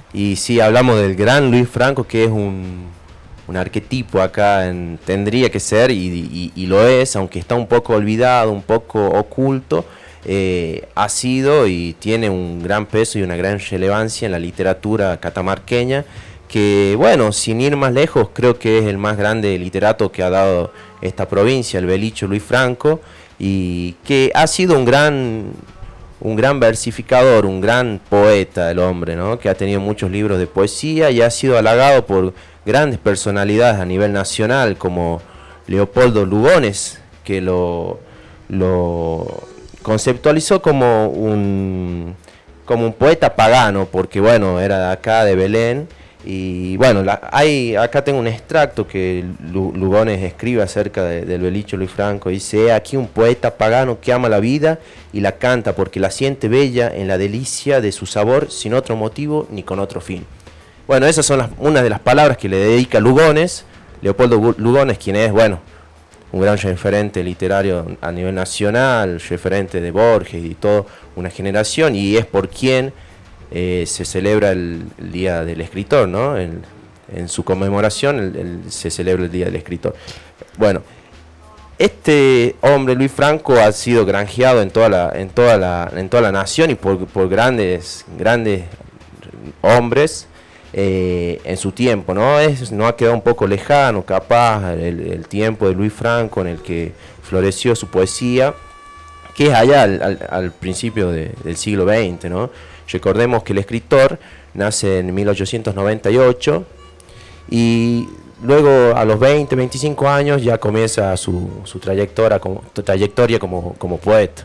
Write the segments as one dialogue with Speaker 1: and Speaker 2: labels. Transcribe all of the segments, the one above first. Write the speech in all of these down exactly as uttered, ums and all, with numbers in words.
Speaker 1: Y sí, hablamos del gran Luis Franco, que es un, un arquetipo acá, en, tendría que ser, y, y, y lo es, aunque está un poco olvidado, un poco oculto, eh, ha sido y tiene un gran peso y una gran relevancia en la literatura catamarqueña, que bueno, sin ir más lejos, creo que es el más grande literato que ha dado esta provincia, el Belicho Luis Franco, y que ha sido un gran... un gran versificador, un gran poeta el hombre, ¿no? Que ha tenido muchos libros de poesía y ha sido halagado por grandes personalidades a nivel nacional, como Leopoldo Lugones, que lo, lo conceptualizó como un, como un poeta pagano, porque bueno, era de acá, de Belén. Y bueno, la, hay, acá tengo un extracto que Lugones escribe acerca de, del Belicho Luis Franco. Dice: "He aquí un poeta pagano que ama la vida y la canta porque la siente bella en la delicia de su sabor, sin otro motivo ni con otro fin". Bueno, esas son las, una de las palabras que le dedica Lugones, Leopoldo Lugones, quien es, bueno, un gran referente literario a nivel nacional, referente de Borges y toda una generación, y es por quien Eh, se celebra el, el Día del Escritor, ¿no? El, en su conmemoración el, el, se celebra el Día del Escritor. Bueno, este hombre, Luis Franco, ha sido granjeado en toda la, en toda la, en toda la nación y por, por grandes, grandes hombres eh, en su tiempo, ¿no? Es, no ha quedado un poco lejano, capaz, el, el tiempo de Luis Franco en el que floreció su poesía, que es allá al, al, al principio de, del siglo veinte, ¿no? Recordemos que el escritor nace en mil ochocientos noventa y ocho y luego a los veinte, veinticinco años ya comienza su, su trayectoria, como, trayectoria como, como poeta.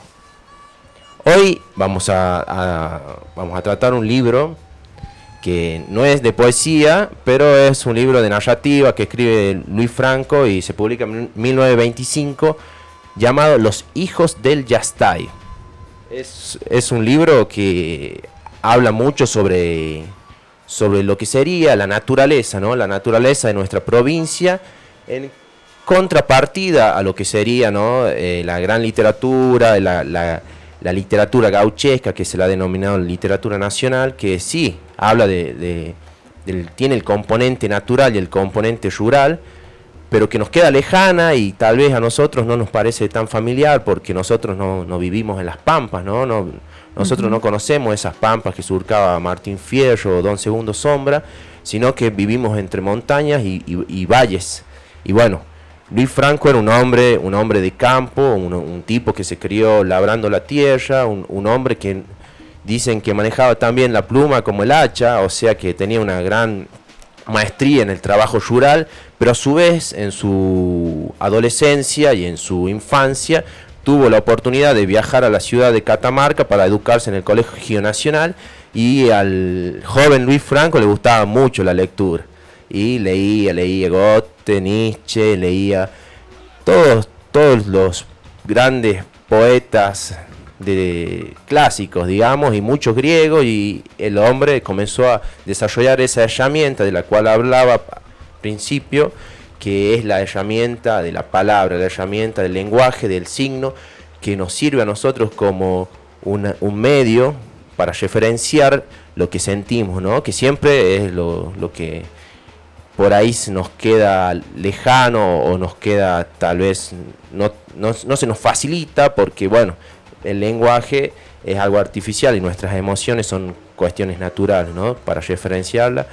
Speaker 1: Hoy vamos a, a, vamos a tratar un libro que no es de poesía, pero es un libro de narrativa que escribe Luis Franco y se publica en mil novecientos veinticinco, llamado Los hijos del Yastay. Es, es un libro que habla mucho sobre, sobre lo que sería la naturaleza, ¿no? La naturaleza de nuestra provincia, en contrapartida a lo que sería, ¿no? eh, la gran literatura, la, la, la literatura gauchesca, que se la ha denominado literatura nacional, que sí habla de, de, de, tiene el componente natural y el componente rural, pero que nos queda lejana y tal vez a nosotros no nos parece tan familiar porque nosotros no, no vivimos en las pampas, ¿no? no nosotros uh-huh. no conocemos esas pampas que surcaba Martín Fierro o Don Segundo Sombra, sino que vivimos entre montañas y, y, y valles. Y bueno, Luis Franco era un hombre, un hombre de campo, un, un tipo que se crió labrando la tierra, un, un hombre que dicen que manejaba también la pluma como el hacha, o sea que tenía una gran maestría en el trabajo rural, pero a su vez en su adolescencia y en su infancia tuvo la oportunidad de viajar a la ciudad de Catamarca para educarse en el Colegio Nacional, y al joven Luis Franco le gustaba mucho la lectura y leía, leía Goethe, Nietzsche, leía todos, todos los grandes poetas de clásicos, digamos, y muchos griegos, y el hombre comenzó a desarrollar esa herramienta de la cual hablaba al principio, que es la herramienta de la palabra, la herramienta del lenguaje, del signo, que nos sirve a nosotros como una, un medio para referenciar lo que sentimos, ¿no? Que siempre es lo, lo que por ahí nos queda lejano o nos queda tal vez no, no, no se nos facilita porque, bueno, el lenguaje es algo artificial y nuestras emociones son cuestiones naturales, ¿no? Para referenciarla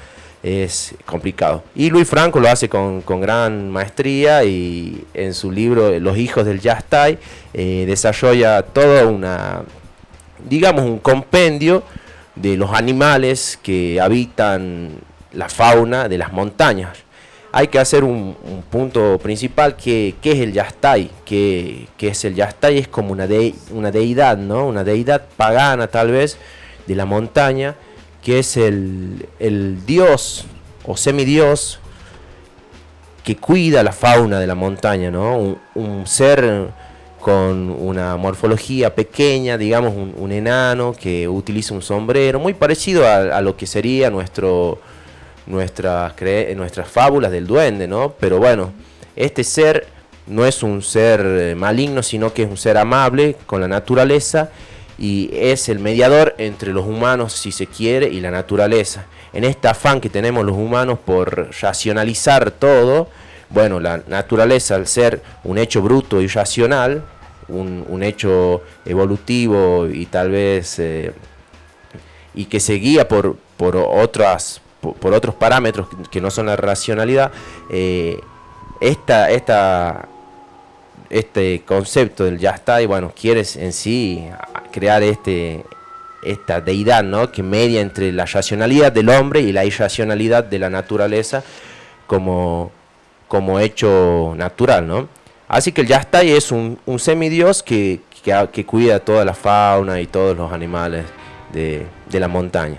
Speaker 1: es complicado. Y Luis Franco lo hace con, con gran maestría, y en su libro Los hijos del Yastay eh, desarrolla toda una, digamos, un compendio de los animales que habitan la fauna de las montañas. Hay que hacer un, un punto principal, que, que es el Yastay, que, que es el Yastay, es como una, de, una deidad, ¿no? Una deidad pagana tal vez de la montaña, que es el, el dios o semidios que cuida la fauna de la montaña, ¿no? Un, un ser con una morfología pequeña, digamos, un, un enano que utiliza un sombrero, muy parecido a, a lo que sería nuestro... Nuestras, cre nuestras fábulas del duende, ¿no? Pero bueno, este ser no es un ser maligno, sino que es un ser amable con la naturaleza, y es el mediador entre los humanos, si se quiere, y la naturaleza. En este afán que tenemos los humanos por racionalizar todo, bueno, la naturaleza, al ser un hecho bruto y racional, un, un hecho evolutivo y tal vez eh, y que se guía por, por otras por, por otros parámetros que, que no son la racionalidad, eh, esta esta este concepto del ya está, y bueno, quiere en sí crear este esta deidad, ¿no?, que media entre la racionalidad del hombre y la irracionalidad de la naturaleza como, como hecho natural, ¿no? Así que el Yastay es un, un semidios que, que, que cuida toda la fauna y todos los animales de, de la montaña.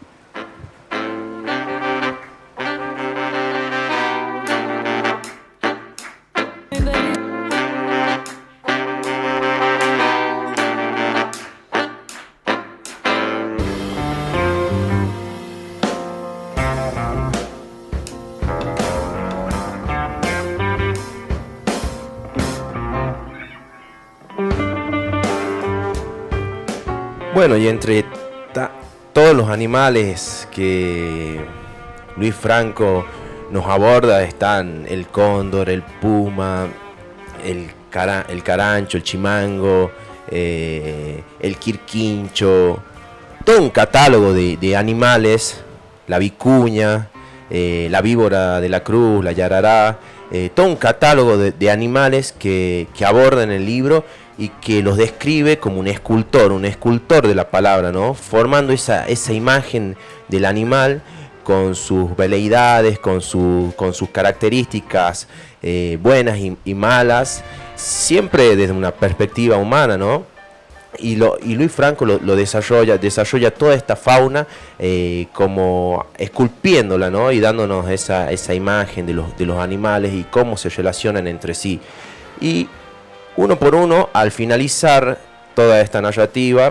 Speaker 1: Bueno, y entre todos los animales que Luis Franco nos aborda están el cóndor, el puma, el, cara, el carancho, el chimango, eh, el quirquincho, todo un catálogo de, de animales, la vicuña, eh, la víbora de la cruz, la yarará, eh, todo un catálogo de, de animales que, que aborda en el libro y que los describe como un escultor, un escultor de la palabra, ¿no?, formando esa, esa imagen del animal con sus veleidades, con, su, con sus características eh, buenas y, y malas, siempre desde una perspectiva humana, ¿no? Y, lo, y Luis Franco lo, lo desarrolla, desarrolla toda esta fauna eh, como esculpiéndola, ¿no?, y dándonos esa, esa imagen de los, de los animales y cómo se relacionan entre sí. Y uno por uno, al finalizar toda esta narrativa,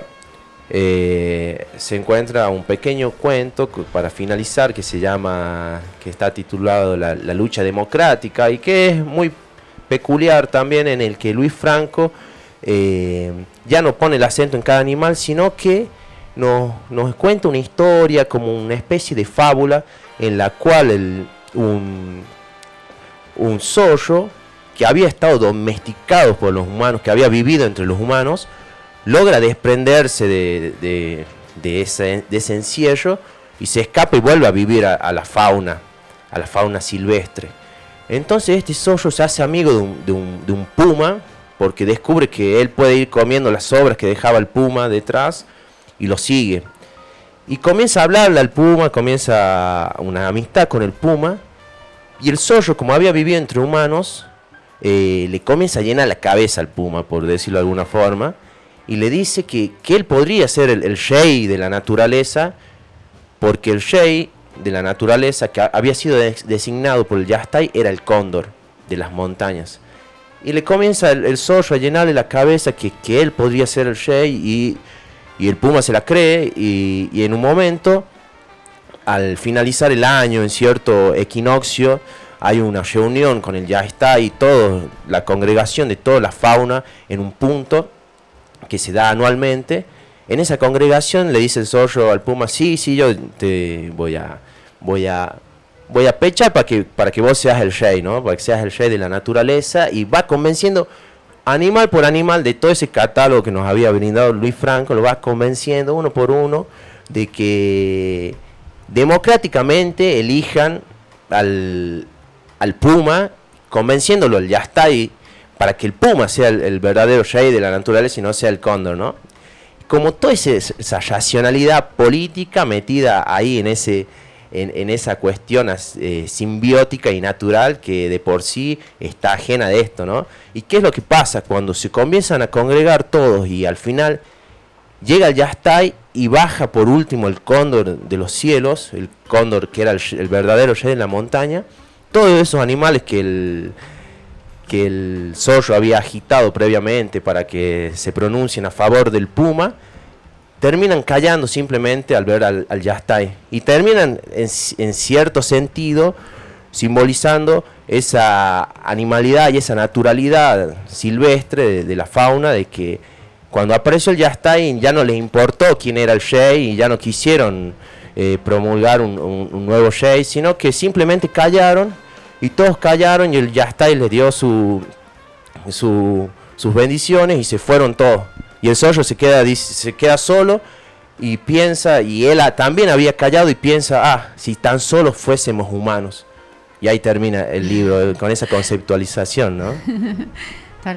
Speaker 1: eh, se encuentra un pequeño cuento para finalizar que se llama, que está titulado La, la lucha democrática, y que es muy peculiar también, en el que Luis Franco eh, ya no pone el acento en cada animal, sino que nos, nos cuenta una historia como una especie de fábula en la cual el, un, un zorro que había estado domesticado por los humanos, que había vivido entre los humanos, logra desprenderse de, de, de, ese, de ese encierro y se escapa y vuelve a vivir a, a la fauna, a la fauna silvestre. Entonces este zorro se hace amigo de un, de, un, de un puma, porque descubre que él puede ir comiendo las sobras que dejaba el puma detrás, y lo sigue. Y comienza a hablarle al puma, comienza una amistad con el puma, y el zorro, como había vivido entre humanos, Eh, le comienza a llenar la cabeza al puma, por decirlo de alguna forma, y le dice que, que él podría ser el, el rey de la naturaleza, porque el rey de la naturaleza que había sido des designado por el Yastay era el cóndor de las montañas. Y le comienza el, el zorro a llenarle la cabeza que, que él podría ser el rey, y, y el puma se la cree, y, y en un momento, al finalizar el año, en cierto equinoccio, hay una reunión con el Yastay y toda la congregación de toda la fauna en un punto que se da anualmente. En esa congregación le dice el zorro al puma: sí, sí, yo te voy a voy a voy a pechar para que para que vos seas el rey, ¿no? Para que seas el rey de la naturaleza, y va convenciendo animal por animal de todo ese catálogo que nos había brindado Luis Franco, lo va convenciendo uno por uno de que democráticamente elijan al al puma, convenciéndolo al Yastay para que el puma sea el, el verdadero rey de la naturaleza y no sea el cóndor, ¿no? Como toda ese, esa racionalidad política metida ahí en ese en, en esa cuestión eh, simbiótica y natural que de por sí está ajena de esto, ¿no? ¿Y qué es lo que pasa cuando se comienzan a congregar todos y al final llega el Yastay y baja por último el cóndor de los cielos, el cóndor que era el, el verdadero rey de la montaña? Todos esos animales que el, que el zorro había agitado previamente para que se pronuncien a favor del puma, terminan callando simplemente al ver al, al Yastay. Y terminan en, en cierto sentido simbolizando esa animalidad y esa naturalidad silvestre de, de la fauna, de que cuando apareció el Yastay ya no les importó quién era el Shay y ya no quisieron eh, promulgar un, un, un nuevo Shay, sino que simplemente callaron y todos callaron y el Yastay les dio su, su, sus bendiciones y se fueron todos. Y el zorro se queda, se queda solo y piensa, y él también había callado y piensa, ah, si tan solo fuésemos humanos. Y ahí termina el libro, con esa conceptualización, ¿no?
Speaker 2: Tal.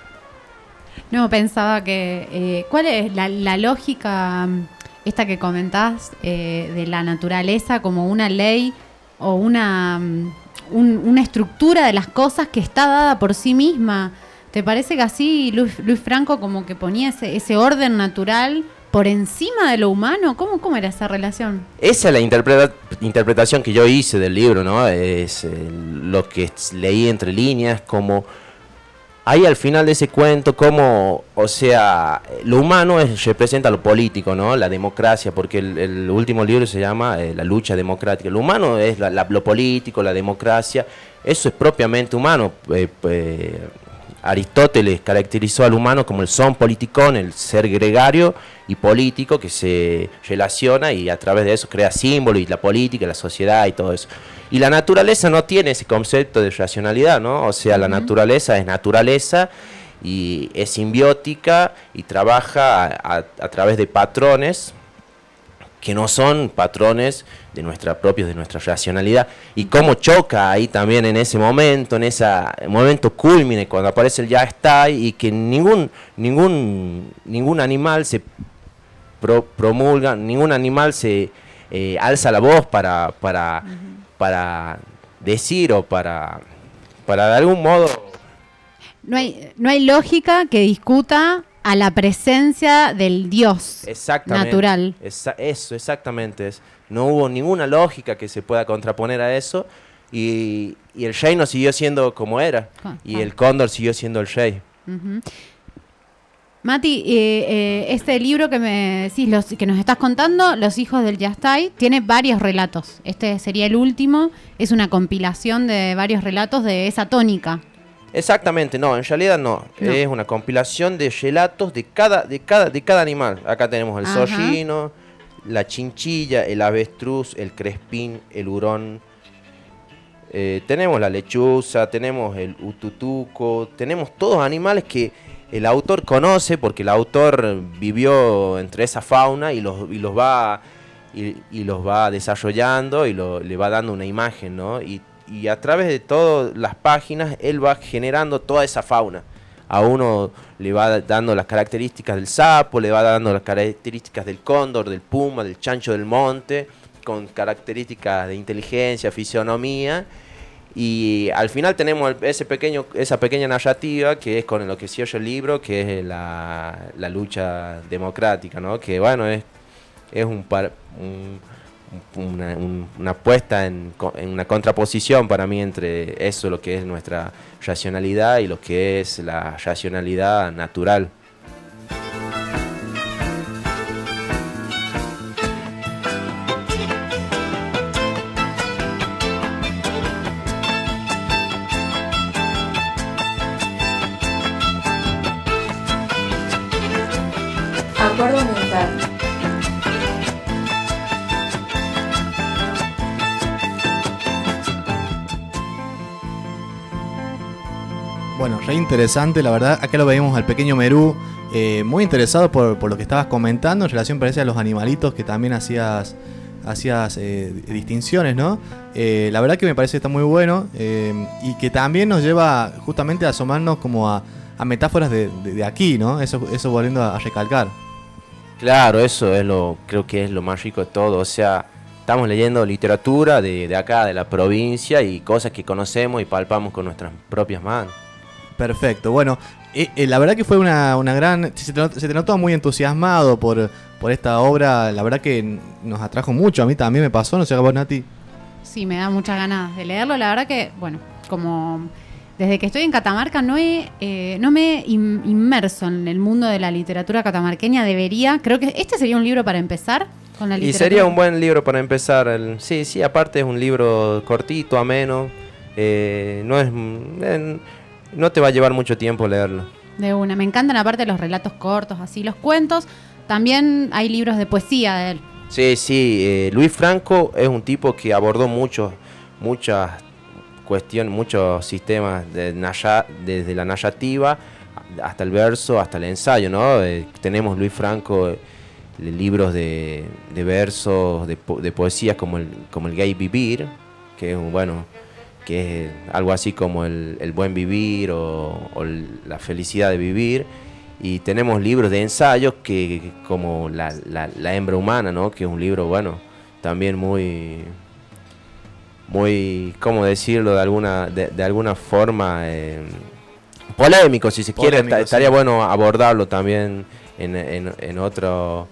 Speaker 2: No, pensaba que, eh, ¿cuál es la, la lógica, esta que comentás, eh, de la naturaleza como una ley o una, un, una estructura de las cosas que está dada por sí misma? ¿Te parece que así Luis, Luis Franco como que ponía ese, ese orden natural por encima de lo humano? ¿Cómo, cómo era esa relación?
Speaker 1: Esa es la interpreta- interpretación que yo hice del libro, ¿no? Es eh, lo que leí entre líneas, como ahí al final de ese cuento, como, o sea, lo humano es, representa lo político, ¿no? La democracia, porque el, el último libro se llama eh, La lucha democrática. Lo humano es la, la, lo político, la democracia, eso es propiamente humano. Eh, eh, Aristóteles caracterizó al humano como el son politicón, el ser gregario y político que se relaciona y a través de eso crea símbolos y la política, la sociedad y todo eso. Y la naturaleza no tiene ese concepto de racionalidad, ¿no? O sea, uh-huh. La naturaleza es naturaleza y es simbiótica y trabaja a, a, a través de patrones que no son patrones de nuestra propios de nuestra racionalidad, y cómo choca ahí también en ese momento, en ese momento culmine cuando aparece el Yastay y que ningún ningún ningún animal se pro, promulga, ningún animal se eh, alza la voz para para uh-huh. para decir o para para de algún modo
Speaker 2: no hay no hay lógica que discuta a la presencia del Dios natural.
Speaker 1: Esa, eso, exactamente. Es. No hubo ninguna lógica que se pueda contraponer a eso. Y, y el Shay no siguió siendo como era. Ah, y ah. el cóndor siguió siendo el Shay.
Speaker 2: Uh-huh. Mati, eh, eh, este libro que me decís, los, que nos estás contando, Los hijos del Yastay, tiene varios relatos. Este sería el último. Es una compilación de varios relatos de esa tónica.
Speaker 1: Exactamente, no, en realidad no. no. Es una compilación de relatos de cada, de cada, de cada animal. Acá tenemos el Ajá. zorrino, la chinchilla, el avestruz, el crespín, el hurón. Eh, tenemos la lechuza, tenemos el ututuco, tenemos todos animales que el autor conoce porque el autor vivió entre esa fauna y los, y los va y, y los va desarrollando y lo, le va dando una imagen, ¿no? Y Y a través de todas las páginas, él va generando toda esa fauna. A uno le va dando las características del sapo, le va dando las características del cóndor, del puma, del chancho del monte, con características de inteligencia, fisionomía. Y al final tenemos ese pequeño, esa pequeña narrativa que es con lo que cierra el libro, que es la, la lucha democrática, ¿no? Que bueno, es, es un... Par, un Una, un, una puesta en, en una contraposición para mí entre eso, lo que es nuestra racionalidad y lo que es la racionalidad natural.
Speaker 3: Acuerdo mental.
Speaker 4: Bueno, re interesante, la verdad. Acá lo veíamos al pequeño Merú, eh, muy interesado por, por lo que estabas comentando en relación, parece, a los animalitos que también hacías, hacías eh, distinciones, ¿no? Eh, la verdad que me parece que está muy bueno eh, y que también nos lleva justamente a asomarnos como a, a metáforas de, de, de aquí, ¿no? Eso, eso volviendo a, a recalcar.
Speaker 1: Claro, eso es lo, creo que es lo más rico de todo, o sea, estamos leyendo literatura de, de acá, de la provincia y cosas que conocemos y palpamos con nuestras propias manos.
Speaker 4: Perfecto, bueno, eh, eh, la verdad que fue una, una gran... Se te, notó, se te notó muy entusiasmado por, por esta obra, la verdad que nos atrajo mucho, a mí también me pasó, no sé, vos, Nati.
Speaker 2: Sí, me da muchas ganas de leerlo, la verdad que, bueno, como desde que estoy en Catamarca no, he, eh, no me he inmerso en el mundo de la literatura catamarqueña, debería, creo que este sería un libro para empezar con la literatura.
Speaker 1: Y sería un buen libro para empezar, el, sí, sí, aparte es un libro cortito, ameno, eh, no es... Eh, no te va a llevar mucho tiempo leerlo.
Speaker 2: De una. Me encantan aparte los relatos cortos, así los cuentos. También hay libros de poesía de él.
Speaker 1: Sí, sí. Eh, Luis Franco es un tipo que abordó muchos, muchas cuestiones, muchos sistemas de naya, desde la narrativa hasta el verso, hasta el ensayo, ¿no? Eh, tenemos Luis Franco, eh, libros de, de versos, de, po, de poesías como el, como el Gay Vivir, que es un, bueno, que es algo así como el, el buen vivir o, o la felicidad de vivir. Y tenemos libros de ensayos que como la, la, la hembra humana, ¿no? Que es un libro, bueno, también muy, muy, ¿cómo decirlo? De alguna, de, de alguna forma eh, polémico, si se polémico, quiere. Estaría sí. bueno abordarlo también en, en, en otro...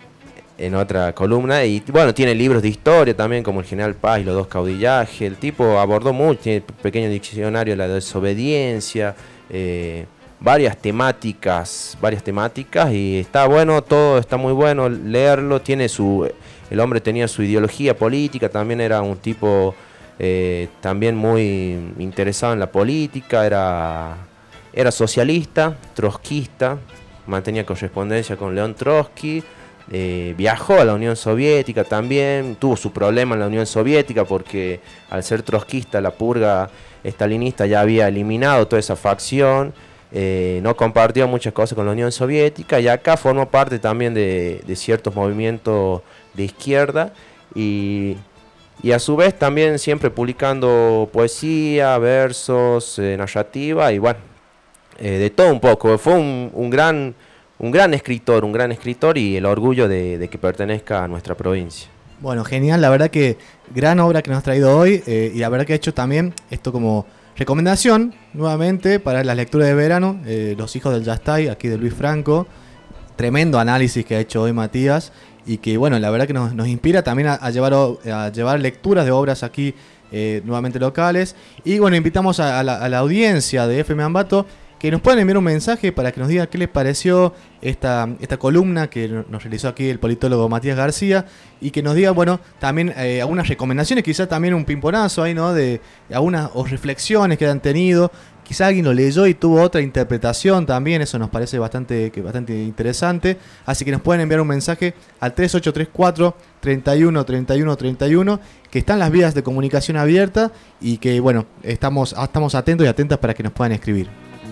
Speaker 1: en otra columna. Y bueno, tiene libros de historia también, como el General Paz y los dos caudillajes. El tipo abordó mucho, tiene un pequeño diccionario de la desobediencia, eh, varias temáticas, varias temáticas, y está bueno, todo está muy bueno leerlo. Tiene su, el hombre tenía su ideología política, también era un tipo eh, también muy interesado en la política, era, era socialista, trotskista, mantenía correspondencia con León Trotsky. Eh, viajó a la Unión Soviética también, tuvo su problema en la Unión Soviética porque al ser trotskista la purga estalinista ya había eliminado toda esa facción, eh, no compartió muchas cosas con la Unión Soviética y acá formó parte también de, de ciertos movimientos de izquierda y, y a su vez también siempre publicando poesía, versos, eh, narrativa y bueno, eh, de todo un poco. Fue un, un gran... Un gran escritor, un gran escritor y el orgullo de, de que pertenezca a nuestra provincia.
Speaker 4: Bueno, genial, la verdad que gran obra que nos has traído hoy eh, y la verdad que ha hecho también esto como recomendación nuevamente para las lecturas de verano, eh, Los hijos del Yastay, aquí de Luis Franco. Tremendo análisis que ha hecho hoy Matías y que bueno, la verdad que nos, nos inspira también a, a, llevar, a llevar lecturas de obras aquí eh, nuevamente locales. Y bueno, invitamos a, a, la, a la audiencia de F M Ambato que nos puedan enviar un mensaje para que nos digan qué les pareció esta, esta columna que nos realizó aquí el politólogo Matías García y que nos diga, bueno, también eh, algunas recomendaciones, quizás también un pimponazo ahí, ¿no? De algunas o reflexiones que han tenido. Quizá alguien lo leyó y tuvo otra interpretación también, eso nos parece bastante, que bastante interesante. Así que nos pueden enviar un mensaje al tres ocho tres cuatro, treinta y uno, treinta y uno, treinta y uno, que están las vías de comunicación abiertas y que, bueno, estamos, estamos atentos y atentas para que nos puedan escribir.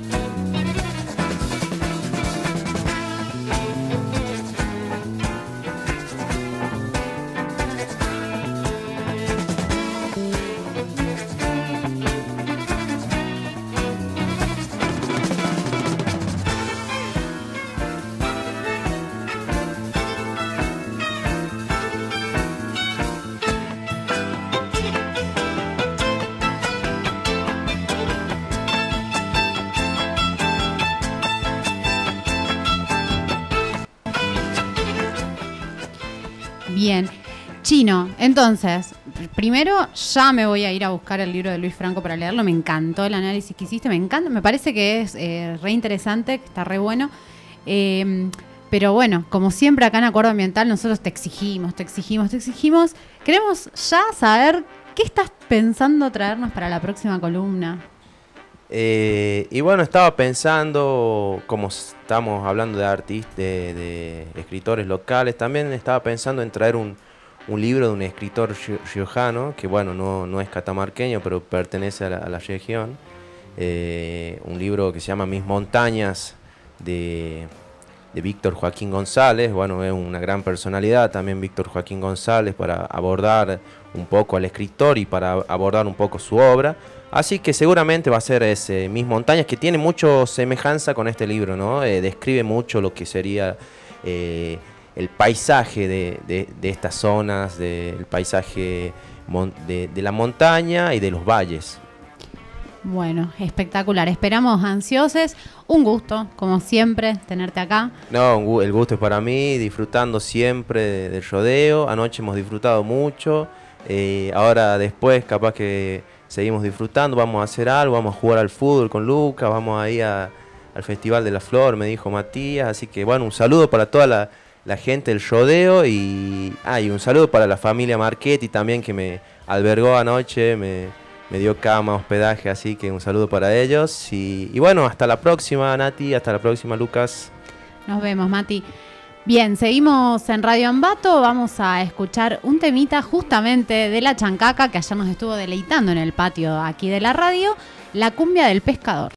Speaker 2: Bien. Chino, entonces, primero ya me voy a ir a buscar el libro de Luis Franco para leerlo. Me encantó el análisis que hiciste, me encanta, me parece que es eh, re interesante, que está re bueno. Eh, pero bueno, como siempre acá en Acuerdo Ambiental, nosotros te exigimos, te exigimos, te exigimos. Queremos ya saber qué estás pensando traernos para la próxima columna.
Speaker 1: Eh, y bueno, estaba pensando, como estamos hablando de artistas, de, de escritores locales, también estaba pensando en traer un, un libro de un escritor riojano, que bueno, no, no es catamarqueño, pero pertenece a la, a la región. Eh, un libro que se llama Mis montañas, de, de Víctor Joaquín González. Bueno, es una gran personalidad también Víctor Joaquín González para abordar un poco al escritor y para abordar un poco su obra. Así que seguramente va a ser ese Mis montañas, que tiene mucho semejanza con este libro, ¿no? Eh, describe mucho lo que sería eh, el paisaje de, de, de estas zonas, de, el paisaje mon, de, de la montaña y de los valles.
Speaker 2: Bueno, espectacular. Esperamos ansiosos. Un gusto, como siempre, tenerte acá.
Speaker 1: No, el gusto es para mí, disfrutando siempre de, del rodeo. Anoche hemos disfrutado mucho. Eh, ahora después capaz que seguimos disfrutando, vamos a hacer algo, vamos a jugar al fútbol con Lucas, vamos a ir a, al Festival de la Flor, me dijo Matías. Así que bueno, un saludo para toda la, la gente del rodeo y, ah, y un saludo para la familia Marchetti también, que me albergó anoche, me, me dio cama, hospedaje, así que un saludo para ellos. Y, y bueno, hasta la próxima, Nati, hasta la próxima, Lucas.
Speaker 2: Nos vemos, Mati. Bien, seguimos en Radio Ambato, vamos a escuchar un temita justamente de La Chancaca, que ayer nos estuvo deleitando en el patio aquí de la radio, La Cumbia del Pescador.